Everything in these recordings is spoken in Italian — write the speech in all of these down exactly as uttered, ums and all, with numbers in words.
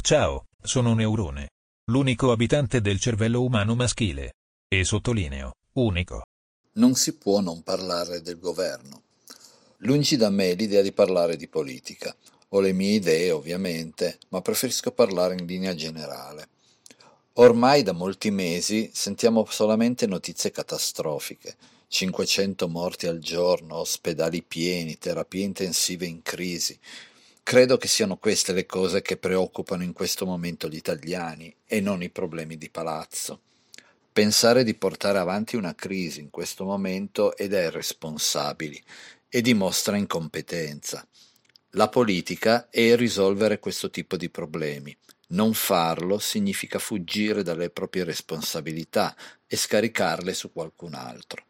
Ciao, sono Neurone. L'unico abitante del cervello umano maschile. E sottolineo, unico. Non si può non parlare del governo. Lungi da me l'idea di parlare di politica. Ho le mie idee, ovviamente, ma preferisco parlare in linea generale. Ormai da molti mesi sentiamo solamente notizie catastrofiche. cinquecento morti al giorno, ospedali pieni, terapie intensive in crisi. Credo che siano queste le cose che preoccupano in questo momento gli italiani e non i problemi di palazzo. Pensare di portare avanti una crisi in questo momento è da irresponsabili e dimostra incompetenza. La politica è risolvere questo tipo di problemi. Non farlo significa fuggire dalle proprie responsabilità e scaricarle su qualcun altro.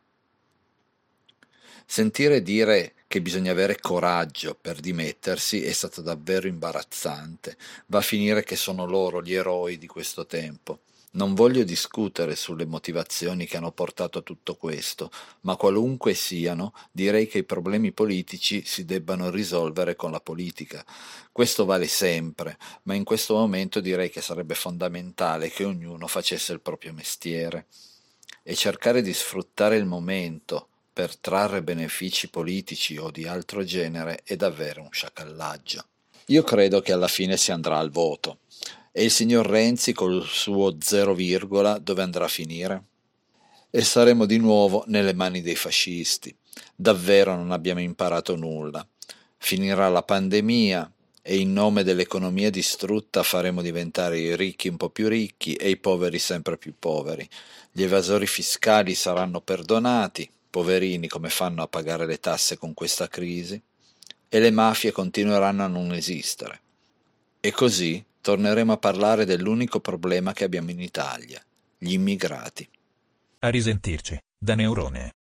Sentire dire che bisogna avere coraggio per dimettersi è stato davvero imbarazzante. Va a finire che sono loro gli eroi di questo tempo. Non voglio discutere sulle motivazioni che hanno portato a tutto questo, ma qualunque siano, direi che i problemi politici si debbano risolvere con la politica. Questo vale sempre, ma in questo momento direi che sarebbe fondamentale che ognuno facesse il proprio mestiere e cercare di sfruttare il momento per trarre benefici politici o di altro genere è davvero un sciacallaggio. Io credo che alla fine si andrà al voto. E il signor Renzi col suo zero virgola dove andrà a finire? E saremo di nuovo nelle mani dei fascisti. Davvero non abbiamo imparato nulla. Finirà la pandemia e in nome dell'economia distrutta faremo diventare i ricchi un po' più ricchi e i poveri sempre più poveri. Gli evasori fiscali saranno perdonati, poverini come fanno a pagare le tasse con questa crisi, e le mafie continueranno a non esistere. E così torneremo a parlare dell'unico problema che abbiamo in Italia, gli immigrati. A risentirci, da Neurone.